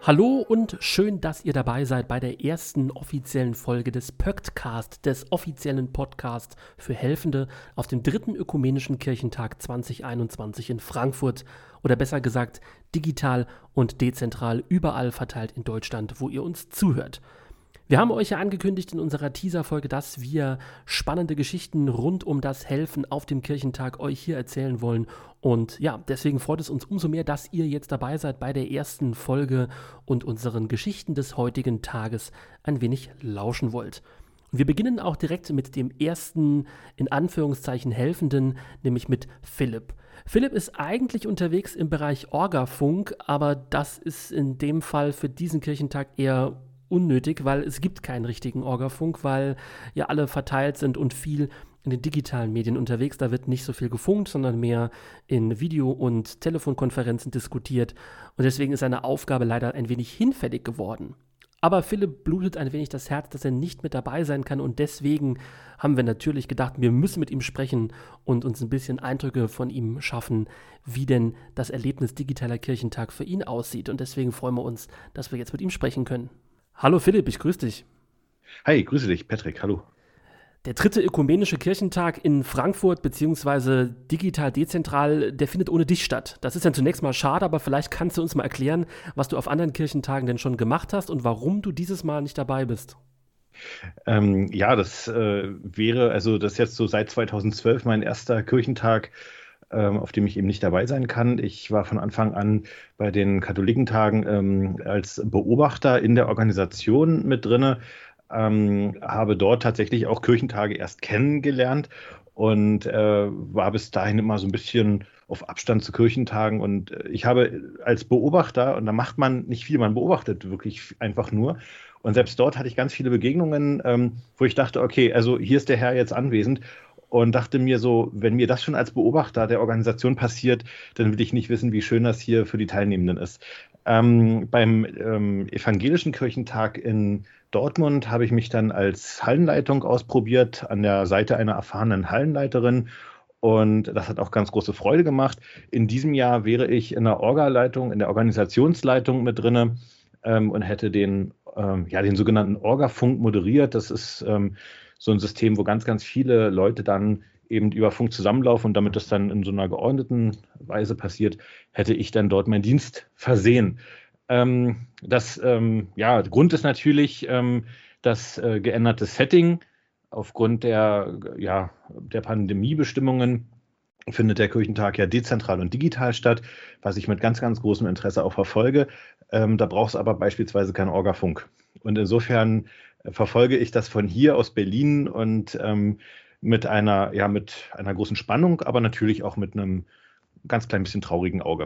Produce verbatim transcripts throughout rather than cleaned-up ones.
Hallo und schön, dass ihr dabei seid bei der ersten offiziellen Folge des Pöktcast, des offiziellen Podcasts für Helfende auf dem dritten Ökumenischen Kirchentag zwanzig einundzwanzig in Frankfurt oder besser gesagt digital und dezentral überall verteilt in Deutschland, wo ihr uns zuhört. Wir haben euch ja angekündigt in unserer Teaser-Folge, dass wir spannende Geschichten rund um das Helfen auf dem Kirchentag euch hier erzählen wollen. Und ja, deswegen freut es uns umso mehr, dass ihr jetzt dabei seid bei der ersten Folge und unseren Geschichten des heutigen Tages ein wenig lauschen wollt. Wir beginnen auch direkt mit dem ersten, in Anführungszeichen, Helfenden, nämlich mit Philipp. Philipp ist eigentlich unterwegs im Bereich Orgafunk, aber das ist in dem Fall für diesen Kirchentag eher unnötig, weil es gibt keinen richtigen Orgafunk, weil ja alle verteilt sind und viel in den digitalen Medien unterwegs. Da wird nicht so viel gefunkt, sondern mehr in Video- und Telefonkonferenzen diskutiert. Und deswegen ist seine Aufgabe leider ein wenig hinfällig geworden. Aber Philipp blutet ein wenig das Herz, dass er nicht mit dabei sein kann. Und deswegen haben wir natürlich gedacht, wir müssen mit ihm sprechen und uns ein bisschen Eindrücke von ihm schaffen, wie denn das Erlebnis digitaler Kirchentag für ihn aussieht. Und deswegen freuen wir uns, dass wir jetzt mit ihm sprechen können. Hallo Philipp, ich grüße dich. Hi, grüße dich, Patrick, hallo. Der dritte Ökumenische Kirchentag in Frankfurt, beziehungsweise digital dezentral, der findet ohne dich statt. Das ist dann zunächst mal schade, aber vielleicht kannst du uns mal erklären, was du auf anderen Kirchentagen denn schon gemacht hast und warum du dieses Mal nicht dabei bist. Ähm, ja, das äh, wäre, also das ist jetzt so seit zweitausendzwölf mein erster Kirchentag, ähm, auf dem ich eben nicht dabei sein kann. Ich war von Anfang an bei den Katholikentagen ähm, als Beobachter in der Organisation mit drinne. Ähm, habe dort tatsächlich auch Kirchentage erst kennengelernt und äh, war bis dahin immer so ein bisschen auf Abstand zu Kirchentagen. Und äh, ich habe als Beobachter, und da macht man nicht viel, man beobachtet wirklich einfach nur. Und selbst dort hatte ich ganz viele Begegnungen, ähm, wo ich dachte, okay, also hier ist der Herr jetzt anwesend. Und dachte mir so, wenn mir das schon als Beobachter der Organisation passiert, dann will ich nicht wissen, wie schön das hier für die Teilnehmenden ist. Ähm, beim ähm, Evangelischen Kirchentag in Dortmund habe ich mich dann als Hallenleitung ausprobiert, an der Seite einer erfahrenen Hallenleiterin. Und das hat auch ganz große Freude gemacht. In diesem Jahr wäre ich in der Orga-Leitung, in der Organisationsleitung mit drinne ähm, und hätte den, ähm, ja, den sogenannten Orga-Funk moderiert. Das ist ähm, so ein System, wo ganz, ganz viele Leute dann eben über Funk zusammenlaufen, und damit das dann in so einer geordneten Weise passiert, hätte ich dann dort meinen Dienst versehen. Ähm, das, ähm, ja, Grund ist natürlich ähm, das äh, geänderte Setting. Aufgrund der, ja, der Pandemiebestimmungen findet der Kirchentag ja dezentral und digital statt, was ich mit ganz, ganz großem Interesse auch verfolge. Ähm, da braucht es aber beispielsweise keinen Orgafunk. Und insofern verfolge ich das von hier aus Berlin und ähm, mit einer, ja, mit einer großen Spannung, aber natürlich auch mit einem ganz klein bisschen traurigen Auge.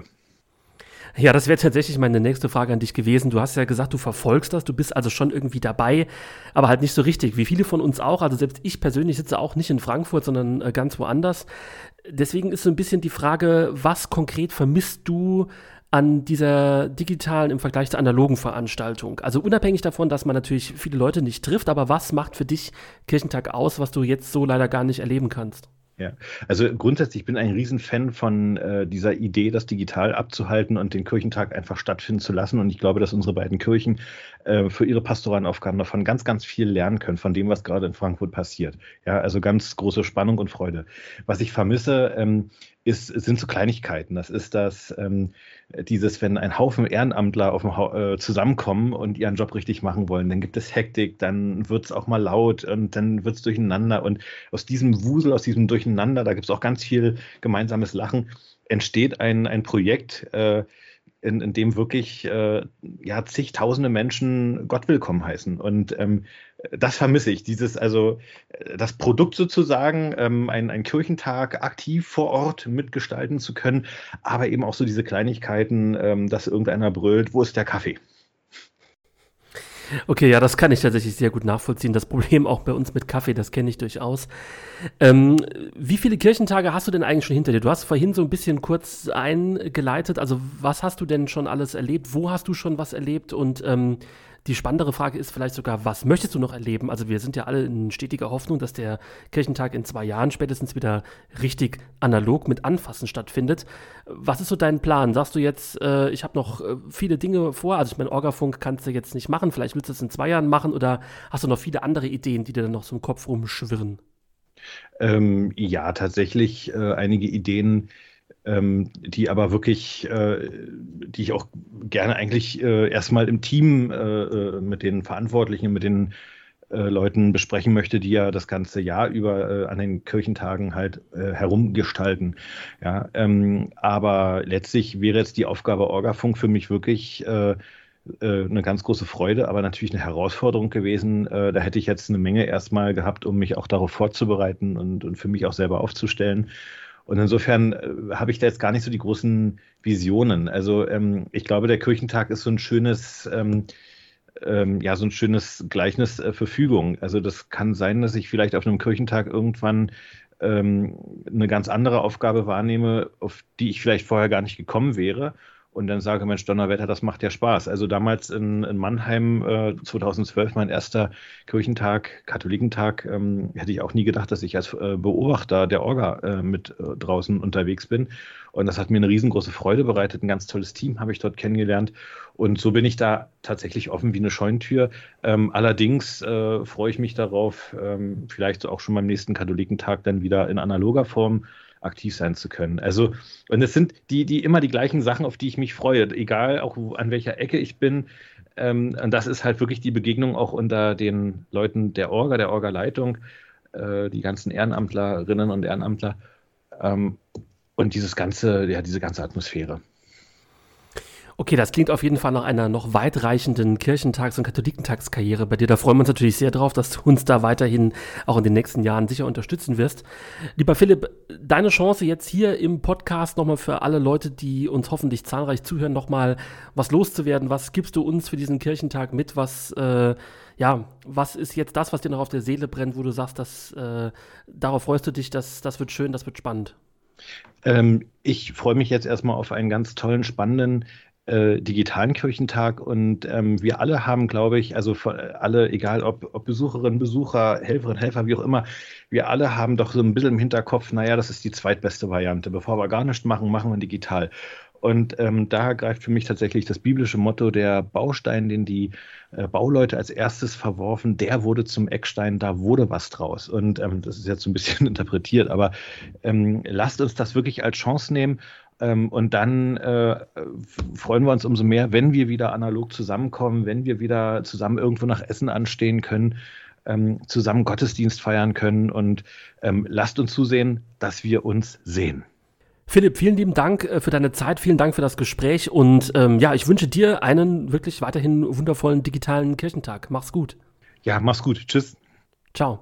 Ja, das wäre tatsächlich meine nächste Frage an dich gewesen. Du hast ja gesagt, du verfolgst das, du bist also schon irgendwie dabei, aber halt nicht so richtig. Wie viele von uns auch, also selbst ich persönlich sitze auch nicht in Frankfurt, sondern äh, ganz woanders. Deswegen ist so ein bisschen die Frage, was konkret vermisst du an dieser digitalen im Vergleich zur analogen Veranstaltung? Also unabhängig davon, dass man natürlich viele Leute nicht trifft, aber was macht für dich Kirchentag aus, was du jetzt so leider gar nicht erleben kannst? Ja, also grundsätzlich bin ich ein Riesenfan von äh, dieser Idee, das digital abzuhalten und den Kirchentag einfach stattfinden zu lassen. Und ich glaube, dass unsere beiden Kirchen äh, für ihre pastoralen Aufgaben davon ganz, ganz viel lernen können, von dem, was gerade in Frankfurt passiert. Ja, also ganz große Spannung und Freude. Was ich vermisse, ähm, ist, sind so Kleinigkeiten. Das ist das, ähm, dieses, wenn ein Haufen Ehrenamtler auf dem ha- äh, zusammenkommen und ihren Job richtig machen wollen, dann gibt es Hektik, dann wird es auch mal laut und dann wird es durcheinander. Und aus diesem Wusel, aus diesem Durcheinander, da gibt es auch ganz viel gemeinsames Lachen, entsteht ein, ein Projekt, äh, in, in dem wirklich äh, ja, zigtausende Menschen Gott willkommen heißen. Und ähm, das vermisse ich, dieses, also das Produkt sozusagen, ähm, ein, ein Kirchentag aktiv vor Ort mitgestalten zu können, aber eben auch so diese Kleinigkeiten, ähm, dass irgendeiner brüllt, wo ist der Kaffee? Okay, ja, das kann ich tatsächlich sehr gut nachvollziehen. Das Problem auch bei uns mit Kaffee, das kenne ich durchaus. Ähm, wie viele Kirchentage hast du denn eigentlich schon hinter dir? Du hast vorhin so ein bisschen kurz eingeleitet. Also was hast du denn schon alles erlebt? Wo hast du schon was erlebt? Und ähm, Die spannendere Frage ist vielleicht sogar, was möchtest du noch erleben? Also wir sind ja alle in stetiger Hoffnung, dass der Kirchentag in zwei Jahren spätestens wieder richtig analog mit Anfassen stattfindet. Was ist so dein Plan? Sagst du jetzt, äh, ich habe noch äh, viele Dinge vor, also ich meine, Orgafunk kannst du jetzt nicht machen, vielleicht willst du es in zwei Jahren machen oder hast du noch viele andere Ideen, die dir dann noch so im Kopf rumschwirren? Ähm, ja, tatsächlich äh, einige Ideen, ähm, die aber wirklich, äh, die ich auch gerne eigentlich äh, erstmal im Team äh, äh, mit den Verantwortlichen, mit den äh, Leuten besprechen möchte, die ja das ganze Jahr über äh, an den Kirchentagen halt äh, herumgestalten. Ja, ähm, aber letztlich wäre jetzt die Aufgabe Orgafunk für mich wirklich äh, äh, eine ganz große Freude, aber natürlich eine Herausforderung gewesen. Äh, da hätte ich jetzt eine Menge erstmal gehabt, um mich auch darauf vorzubereiten und, und für mich auch selber aufzustellen. Und insofern äh, habe ich da jetzt gar nicht so die großen Visionen. Also ähm, ich glaube, der Kirchentag ist so ein schönes, ähm, ähm, ja, so ein schönes Gleichnis äh, für Fügung. Also das kann sein, dass ich vielleicht auf einem Kirchentag irgendwann ähm, eine ganz andere Aufgabe wahrnehme, auf die ich vielleicht vorher gar nicht gekommen wäre. Und dann sage, Mensch, Donnerwetter, das macht ja Spaß. Also damals in, in Mannheim äh, zweitausendzwölf, mein erster Kirchentag, Katholikentag, ähm, hätte ich auch nie gedacht, dass ich als äh, Beobachter der Orga äh, mit äh, draußen unterwegs bin. Und das hat mir eine riesengroße Freude bereitet. Ein ganz tolles Team habe ich dort kennengelernt. Und so bin ich da tatsächlich offen wie eine Scheunentür. Ähm, allerdings äh, freue ich mich darauf, ähm, vielleicht so auch schon beim nächsten Katholikentag dann wieder in analoger Form aktiv sein zu können. Also, und es sind die, die immer die gleichen Sachen, auf die ich mich freue, egal auch wo, an welcher Ecke ich bin. Ähm, und das ist halt wirklich die Begegnung auch unter den Leuten der Orga, der Orga-Leitung, äh, die ganzen Ehrenamtlerinnen und Ehrenamtler ähm, und dieses ganze, ja, diese ganze Atmosphäre. Okay, das klingt auf jeden Fall nach einer noch weitreichenden Kirchentags- und Katholikentagskarriere bei dir. Da freuen wir uns natürlich sehr drauf, dass du uns da weiterhin auch in den nächsten Jahren sicher unterstützen wirst. Lieber Philipp, deine Chance jetzt hier im Podcast nochmal für alle Leute, die uns hoffentlich zahlreich zuhören, nochmal was loszuwerden. Was gibst du uns für diesen Kirchentag mit? Was, äh, ja, was ist jetzt das, was dir noch auf der Seele brennt, wo du sagst, dass, äh, darauf freust du dich, das, das wird schön, das wird spannend? Ähm, ich freue mich jetzt erstmal auf einen ganz tollen, spannenden äh, digitalen Kirchentag und ähm, wir alle haben, glaube ich, also von, alle, egal ob, ob Besucherinnen, Besucher, Helferinnen, Helfer, wie auch immer, wir alle haben doch so ein bisschen im Hinterkopf, naja, das ist die zweitbeste Variante. Bevor wir gar nichts machen, machen wir digital. Und ähm, da greift für mich tatsächlich das biblische Motto, der Baustein, den die äh, Bauleute als erstes verworfen, der wurde zum Eckstein, da wurde was draus. Und ähm, das ist jetzt so ein bisschen interpretiert, aber ähm, lasst uns das wirklich als Chance nehmen. Ähm, und dann äh, freuen wir uns umso mehr, wenn wir wieder analog zusammenkommen, wenn wir wieder zusammen irgendwo nach Essen anstehen können, ähm, zusammen Gottesdienst feiern können. Und ähm, lasst uns zusehen, dass wir uns sehen. Philipp, vielen lieben Dank äh, für deine Zeit, vielen Dank für das Gespräch und ähm, ja, ich wünsche dir einen wirklich weiterhin wundervollen digitalen Kirchentag. Mach's gut. Ja, mach's gut. Tschüss. Ciao.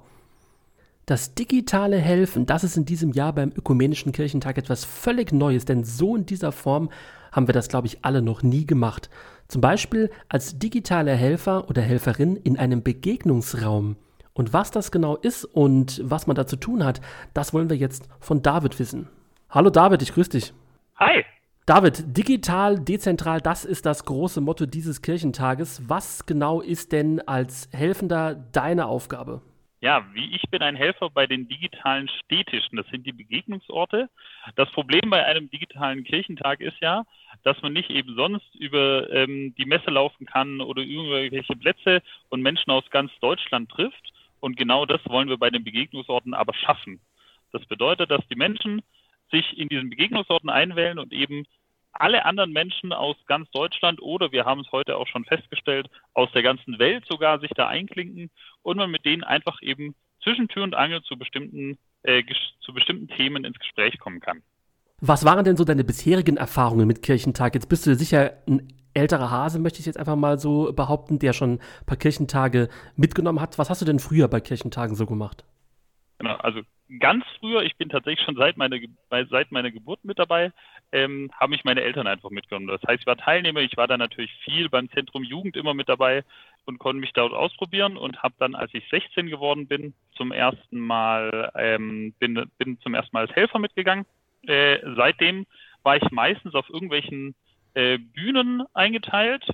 Das digitale Helfen, das ist in diesem Jahr beim Ökumenischen Kirchentag etwas völlig Neues, denn so in dieser Form haben wir das, glaube ich, alle noch nie gemacht. Zum Beispiel als digitaler Helfer oder Helferin in einem Begegnungsraum. Und was das genau ist und was man da zu tun hat, das wollen wir jetzt von David wissen. Hallo David, ich grüße dich. Hi. David, digital, dezentral, das ist das große Motto dieses Kirchentages. Was genau ist denn als Helfender deine Aufgabe? Ja, wie ich bin ein Helfer bei den digitalen Städtischen. Das sind die Begegnungsorte. Das Problem bei einem digitalen Kirchentag ist ja, dass man nicht eben sonst über ähm, die Messe laufen kann oder irgendwelche Plätze und Menschen aus ganz Deutschland trifft. Und genau das wollen wir bei den Begegnungsorten aber schaffen. Das bedeutet, dass die Menschen sich in diesen Begegnungsorten einwählen und eben alle anderen Menschen aus ganz Deutschland oder, wir haben es heute auch schon festgestellt, aus der ganzen Welt sogar sich da einklinken und man mit denen einfach eben zwischen Tür und Angel zu bestimmten, äh, zu bestimmten Themen ins Gespräch kommen kann. Was waren denn so deine bisherigen Erfahrungen mit Kirchentag? Jetzt bist du sicher ein älterer Hase, möchte ich jetzt einfach mal so behaupten, der schon ein paar Kirchentage mitgenommen hat. Was hast du denn früher bei Kirchentagen so gemacht? Genau, also ganz früher, ich bin tatsächlich schon seit meiner, seit meiner Geburt mit dabei, ähm, haben mich meine Eltern einfach mitgenommen. Das heißt, ich war Teilnehmer, ich war da natürlich viel beim Zentrum Jugend immer mit dabei und konnte mich dort ausprobieren und habe dann, als ich sechzehn geworden bin, zum ersten Mal, ähm, bin, bin zum ersten Mal als Helfer mitgegangen. Äh, seitdem war ich meistens auf irgendwelchen äh, Bühnen eingeteilt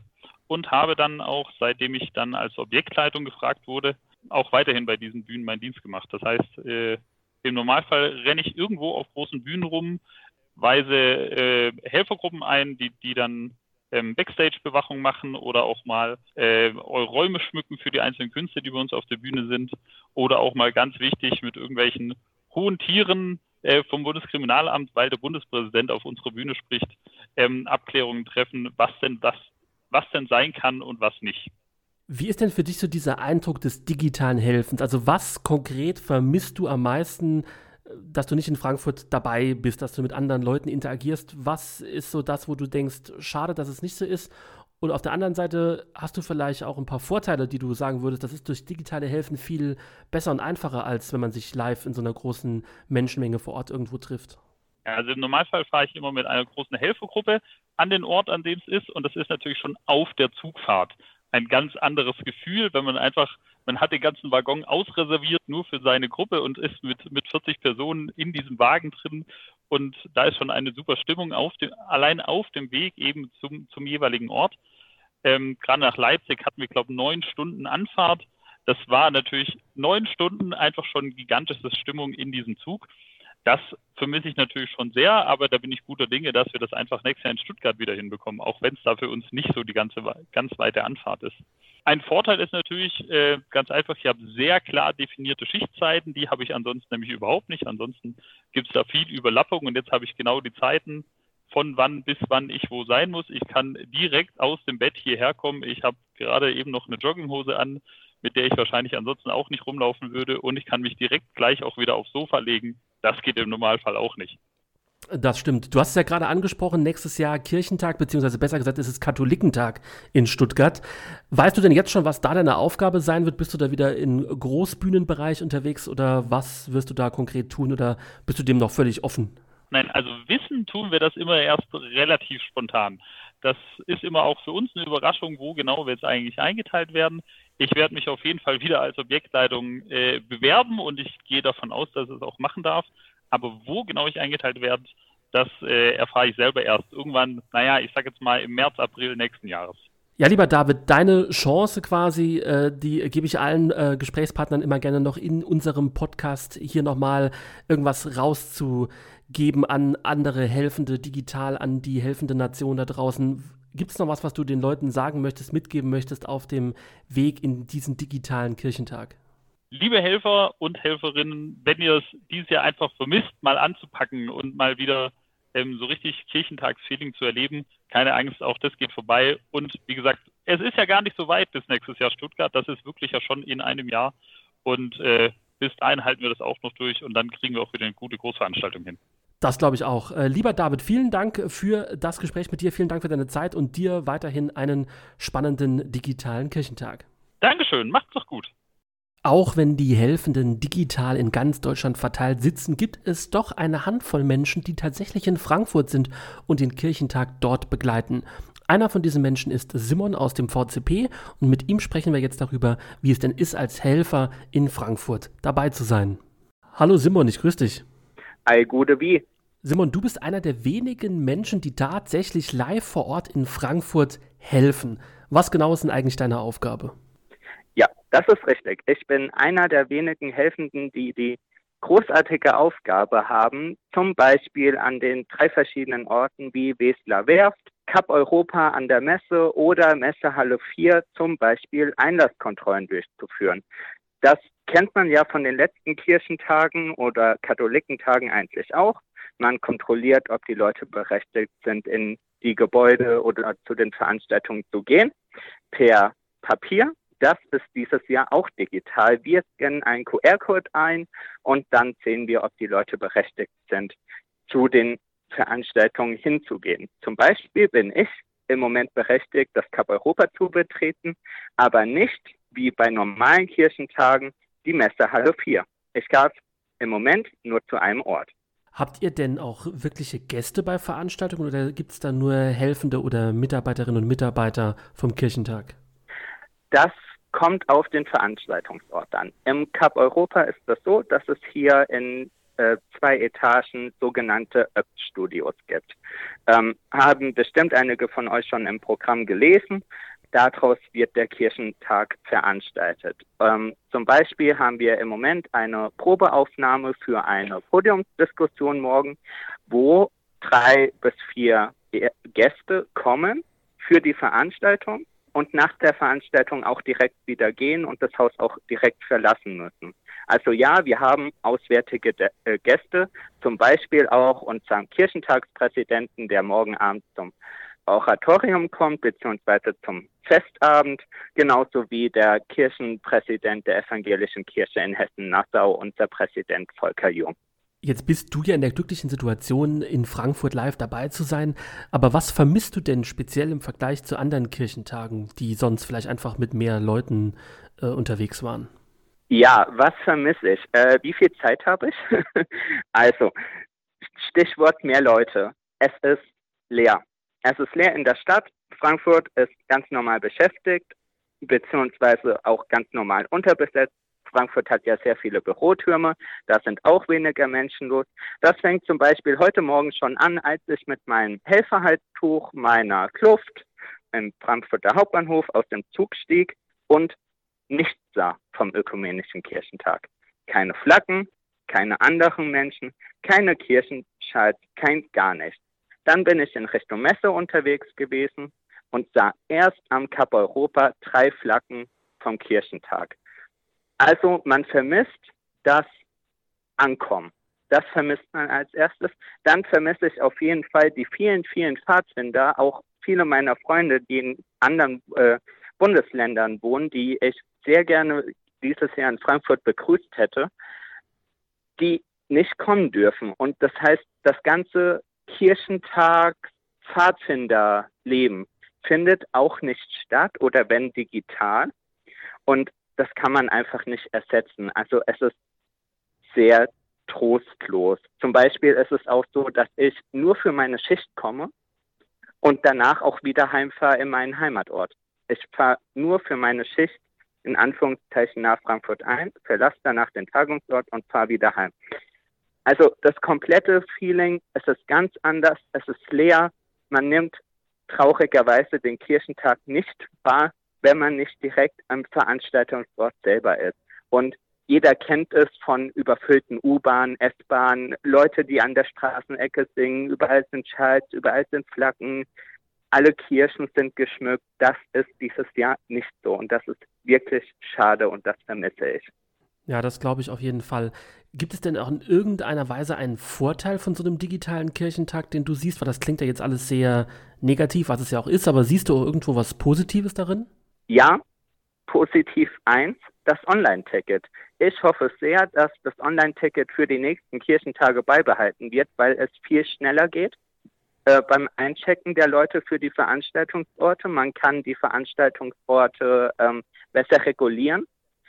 und habe dann auch, seitdem ich dann als Objektleitung gefragt wurde, auch weiterhin bei diesen Bühnen meinen Dienst gemacht. Das heißt, äh, im Normalfall renne ich irgendwo auf großen Bühnen rum, weise äh, Helfergruppen ein, die, die dann ähm, Backstage-Bewachung machen oder auch mal äh, Räume schmücken für die einzelnen Künstler, die bei uns auf der Bühne sind, oder auch mal ganz wichtig mit irgendwelchen hohen Tieren äh, vom Bundeskriminalamt, weil der Bundespräsident auf unserer Bühne spricht, ähm, Abklärungen treffen, was denn das, was denn sein kann und was nicht. Wie ist denn für dich so dieser Eindruck des digitalen Helfens? Also was konkret vermisst du am meisten, dass du nicht in Frankfurt dabei bist, dass du mit anderen Leuten interagierst? Was ist so das, wo du denkst, schade, dass es nicht so ist? Und auf der anderen Seite hast du vielleicht auch ein paar Vorteile, die du sagen würdest, das ist durch digitale Helfen viel besser und einfacher, als wenn man sich live in so einer großen Menschenmenge vor Ort irgendwo trifft. Ja, also im Normalfall fahre ich immer mit einer großen Helfergruppe an den Ort, an dem es ist. Und das ist natürlich schon auf der Zugfahrt ein ganz anderes Gefühl, wenn man einfach, man hat den ganzen Waggon ausreserviert nur für seine Gruppe und ist mit, mit vierzig Personen in diesem Wagen drin. Und da ist schon eine super Stimmung auf dem, allein auf dem Weg eben zum, zum jeweiligen Ort. Ähm, gerade nach Leipzig hatten wir, glaube ich, neun Stunden Anfahrt. Das war natürlich neun Stunden einfach schon gigantische Stimmung in diesem Zug. Das vermisse ich natürlich schon sehr, aber da bin ich guter Dinge, dass wir das einfach nächstes Jahr in Stuttgart wieder hinbekommen, auch wenn es da für uns nicht so die ganze ganz weite Anfahrt ist. Ein Vorteil ist natürlich äh, ganz einfach, ich habe sehr klar definierte Schichtzeiten, die habe ich ansonsten nämlich überhaupt nicht. Ansonsten gibt es da viel Überlappung und jetzt habe ich genau die Zeiten, von wann bis wann ich wo sein muss. Ich kann direkt aus dem Bett hierher kommen. Ich habe gerade eben noch eine Jogginghose an, mit der ich wahrscheinlich ansonsten auch nicht rumlaufen würde, und ich kann mich direkt gleich auch wieder aufs Sofa legen. Das geht im Normalfall auch nicht. Das stimmt. Du hast es ja gerade angesprochen, nächstes Jahr Kirchentag, beziehungsweise besser gesagt, ist es Katholikentag in Stuttgart. Weißt du denn jetzt schon, was da deine Aufgabe sein wird? Bist du da wieder im Großbühnenbereich unterwegs oder was wirst du da konkret tun oder bist du dem noch völlig offen? Nein, also wissen tun wir das immer erst relativ spontan. Das ist immer auch für uns eine Überraschung, wo genau wir jetzt eigentlich eingeteilt werden. Ich werde mich auf jeden Fall wieder als Objektleitung äh, bewerben und ich gehe davon aus, dass ich es auch machen darf. Aber wo genau ich eingeteilt werde, das äh, erfahre ich selber erst irgendwann, naja, ich sage jetzt mal im März, April nächsten Jahres. Ja, lieber David, deine Chance quasi, äh, die gebe ich allen äh, Gesprächspartnern immer gerne noch in unserem Podcast hier nochmal irgendwas rauszugeben an andere Helfende, digital an die helfende Nation da draußen. Gibt es noch was, was du den Leuten sagen möchtest, mitgeben möchtest auf dem Weg in diesen digitalen Kirchentag? Liebe Helfer und Helferinnen, wenn ihr es dieses Jahr einfach vermisst, mal anzupacken und mal wieder ähm, so richtig Kirchentagsfeeling zu erleben, keine Angst, auch das geht vorbei. Und wie gesagt, es ist ja gar nicht so weit bis nächstes Jahr Stuttgart. Das ist wirklich ja schon in einem Jahr. Und äh, bis dahin halten wir das auch noch durch und dann kriegen wir auch wieder eine gute Großveranstaltung hin. Das glaube ich auch. Äh, lieber David, vielen Dank für das Gespräch mit dir. Vielen Dank für deine Zeit und dir weiterhin einen spannenden digitalen Kirchentag. Dankeschön, macht's doch gut. Auch wenn die Helfenden digital in ganz Deutschland verteilt sitzen, gibt es doch eine Handvoll Menschen, die tatsächlich in Frankfurt sind und den Kirchentag dort begleiten. Einer von diesen Menschen ist Simon aus dem V C P und mit ihm sprechen wir jetzt darüber, wie es denn ist, als Helfer in Frankfurt dabei zu sein. Hallo Simon, ich grüße dich. Ei, gute wie. Simon, du bist einer der wenigen Menschen, die tatsächlich live vor Ort in Frankfurt helfen. Was genau ist denn eigentlich deine Aufgabe? Ja, das ist richtig. Ich bin einer der wenigen Helfenden, die die großartige Aufgabe haben, zum Beispiel an den drei verschiedenen Orten wie Weseler Werft, Cup Europa an der Messe oder Messehalle vier zum Beispiel Einlasskontrollen durchzuführen. Das kennt man ja von den letzten Kirchentagen oder Katholikentagen eigentlich auch. Man kontrolliert, ob die Leute berechtigt sind, in die Gebäude oder zu den Veranstaltungen zu gehen, per Papier. Das ist dieses Jahr auch digital. Wir scannen einen Q R-Code ein und dann sehen wir, ob die Leute berechtigt sind, zu den Veranstaltungen hinzugehen. Zum Beispiel bin ich im Moment berechtigt, das Cup Europa zu betreten, aber nicht wie bei normalen Kirchentagen die Messehalle vier. Ich darf im Moment nur zu einem Ort. Habt ihr denn auch wirkliche Gäste bei Veranstaltungen oder gibt es da nur Helfende oder Mitarbeiterinnen und Mitarbeiter vom Kirchentag? Das kommt auf den Veranstaltungsort an. Im Cup Europa ist das so, dass es hier in äh, zwei Etagen sogenannte Ö P T-Studios gibt. Ähm, haben bestimmt einige von euch schon im Programm gelesen. daraus wird der Kirchentag veranstaltet. Ähm, zum Beispiel haben wir im Moment eine Probeaufnahme für eine Podiumsdiskussion morgen, wo drei bis vier Gäste kommen für die Veranstaltung und nach der Veranstaltung auch direkt wieder gehen und das Haus auch direkt verlassen müssen. Also ja, wir haben auswärtige De- äh, Gäste, zum Beispiel auch unseren Kirchentagspräsidenten, der morgen Abend zum Oratorium kommt, beziehungsweise zum Festabend, genauso wie der Kirchenpräsident der Evangelischen Kirche in Hessen-Nassau, unser Präsident Volker Jung. Jetzt bist du ja in der glücklichen Situation, in Frankfurt live dabei zu sein. Aber was vermisst du denn speziell im Vergleich zu anderen Kirchentagen, die sonst vielleicht einfach mit mehr Leuten äh, unterwegs waren? Ja, was vermisse ich? Äh, wie viel Zeit habe ich? Also, Stichwort mehr Leute. Es ist leer. Es ist leer in der Stadt. Frankfurt ist ganz normal beschäftigt, beziehungsweise auch ganz normal unterbesetzt. Frankfurt hat ja sehr viele Bürotürme, da sind auch weniger Menschen los. Das fängt zum Beispiel heute Morgen schon an, als ich mit meinem Helferhalstuch meiner Kluft im Frankfurter Hauptbahnhof aus dem Zug stieg und nichts sah vom Ökumenischen Kirchentag. Keine Flaggen, keine anderen Menschen, keine Kirchenschals, kein gar nichts. Dann bin ich in Richtung Messe unterwegs gewesen und sah erst am Kap Europa drei Flaggen vom Kirchentag. Also man vermisst das Ankommen. Das vermisst man als erstes. Dann vermisse ich auf jeden Fall die vielen, vielen Pfadfinder, auch viele meiner Freunde, die in anderen äh, Bundesländern wohnen, die ich sehr gerne dieses Jahr in Frankfurt begrüßt hätte, die nicht kommen dürfen. Und das heißt, das ganze Kirchentag Pfadfinderleben findet auch nicht statt oder wenn digital. Und das kann man einfach nicht ersetzen. Also es ist sehr trostlos. Zum Beispiel ist es auch so, dass ich nur für meine Schicht komme und danach auch wieder heimfahre in meinen Heimatort. Ich fahre nur für meine Schicht in Anführungszeichen nach Frankfurt ein, verlasse danach den Tagungsort und fahre wieder heim. Also das komplette Feeling, es ist ganz anders, es ist leer. Man nimmt traurigerweise den Kirchentag nicht wahr, wenn man nicht direkt am Veranstaltungsort selber ist. Und jeder kennt es von überfüllten U-Bahnen, S-Bahnen, Leute, die an der Straßenecke singen, überall sind Schals, überall sind Flaggen, alle Kirchen sind geschmückt. Das ist dieses Jahr nicht so und das ist wirklich schade und das vermisse ich. Ja, das glaube ich auf jeden Fall. Gibt es denn auch in irgendeiner Weise einen Vorteil von so einem digitalen Kirchentag, den du siehst? Weil das klingt ja jetzt alles sehr negativ, was es ja auch ist, aber siehst du auch irgendwo was Positives darin? Ja, positiv eins, das Online-Ticket. Ich hoffe sehr, dass das Online-Ticket für die nächsten Kirchentage beibehalten wird, weil es viel schneller geht äh, beim Einchecken der Leute für die Veranstaltungsorte. Man kann die Veranstaltungsorte ähm, besser regulieren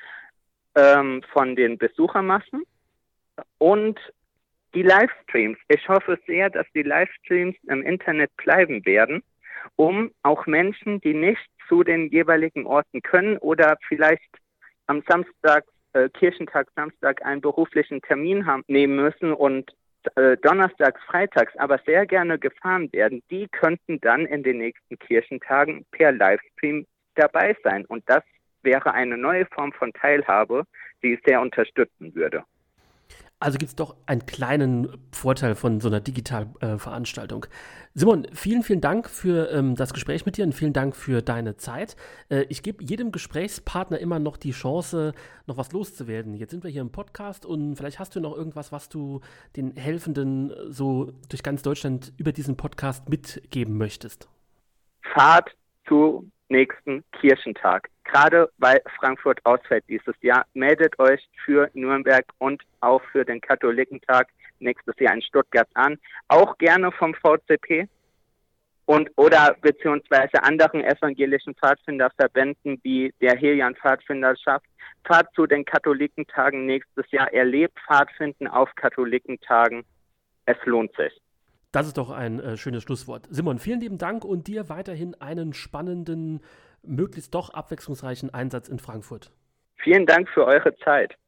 ähm, von den Besuchermassen. Und die Livestreams. Ich hoffe sehr, dass die Livestreams im Internet bleiben werden, um auch Menschen, die nicht zu den jeweiligen Orten können oder vielleicht am Samstag, äh, Kirchentag, Samstag einen beruflichen Termin haben, nehmen müssen und äh, donnerstags, freitags aber sehr gerne gefahren werden, die könnten dann in den nächsten Kirchentagen per Livestream dabei sein. Und das wäre eine neue Form von Teilhabe, die ich sehr unterstützen würde. Also gibt es doch einen kleinen Vorteil von so einer digitalen äh, Veranstaltung. Simon, vielen, vielen Dank für ähm, das Gespräch mit dir und vielen Dank für deine Zeit. Äh, ich gebe jedem Gesprächspartner immer noch die Chance, noch was loszuwerden. Jetzt sind wir hier im Podcast und vielleicht hast du noch irgendwas, was du den Helfenden so durch ganz Deutschland über diesen Podcast mitgeben möchtest. Fahrt zu nächsten Kirchentag. Gerade weil Frankfurt ausfällt dieses Jahr, meldet euch für Nürnberg und auch für den Katholikentag nächstes Jahr in Stuttgart an. Auch gerne vom V C P und oder beziehungsweise anderen evangelischen Pfadfinderverbänden wie der Helian Pfadfinderschaft. Fahrt zu den Katholikentagen nächstes Jahr. Erlebt Pfadfinden auf Katholikentagen. Es lohnt sich. Das ist doch ein äh, schönes Schlusswort. Simon, vielen lieben Dank und dir weiterhin einen spannenden, möglichst doch abwechslungsreichen Einsatz in Frankfurt. Vielen Dank für eure Zeit.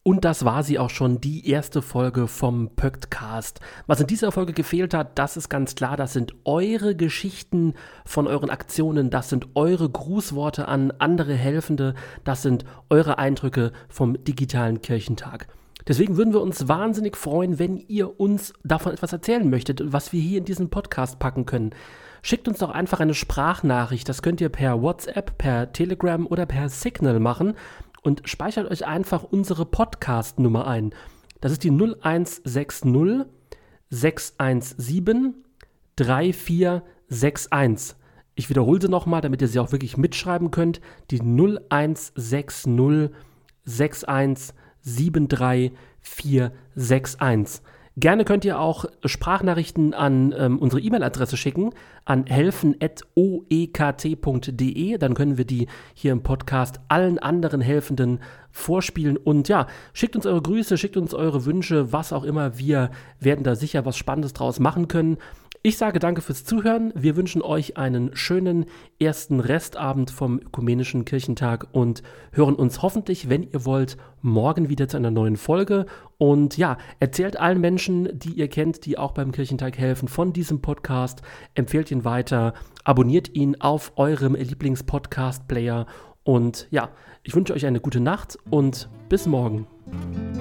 Und das war sie auch schon, die erste Folge vom Pöktcast. Was in dieser Folge gefehlt hat, das ist ganz klar, das sind eure Geschichten von euren Aktionen, das sind eure Grußworte an andere Helfende, das sind eure Eindrücke vom digitalen Kirchentag. Deswegen würden wir uns wahnsinnig freuen, wenn ihr uns davon etwas erzählen möchtet, was wir hier in diesen Podcast packen können. Schickt uns doch einfach eine Sprachnachricht, das könnt ihr per WhatsApp, per Telegram oder per Signal machen. Und speichert euch einfach unsere Podcast-Nummer ein. Das ist die null eins sechs null sechs eins sieben drei vier sechs eins. Ich wiederhole sie nochmal, damit ihr sie auch wirklich mitschreiben könnt. Die null eins sechs null sechs eins sieben drei vier sechs eins. Gerne könnt ihr auch Sprachnachrichten an ähm, unsere E-Mail-Adresse schicken, an helfen at o e k t punkt d e. Dann können wir die hier im Podcast allen anderen Helfenden vorspielen. Und ja, schickt uns eure Grüße, schickt uns eure Wünsche, was auch immer. Wir werden da sicher was Spannendes draus machen können. Ich sage danke fürs Zuhören. Wir wünschen euch einen schönen ersten Restabend vom Ökumenischen Kirchentag und hören uns hoffentlich, wenn ihr wollt, morgen wieder zu einer neuen Folge. Und ja, erzählt allen Menschen, die ihr kennt, die auch beim Kirchentag helfen, von diesem Podcast. Empfehlt ihn weiter, abonniert ihn auf eurem Lieblings-Podcast-Player. Und ja, ich wünsche euch eine gute Nacht und bis morgen.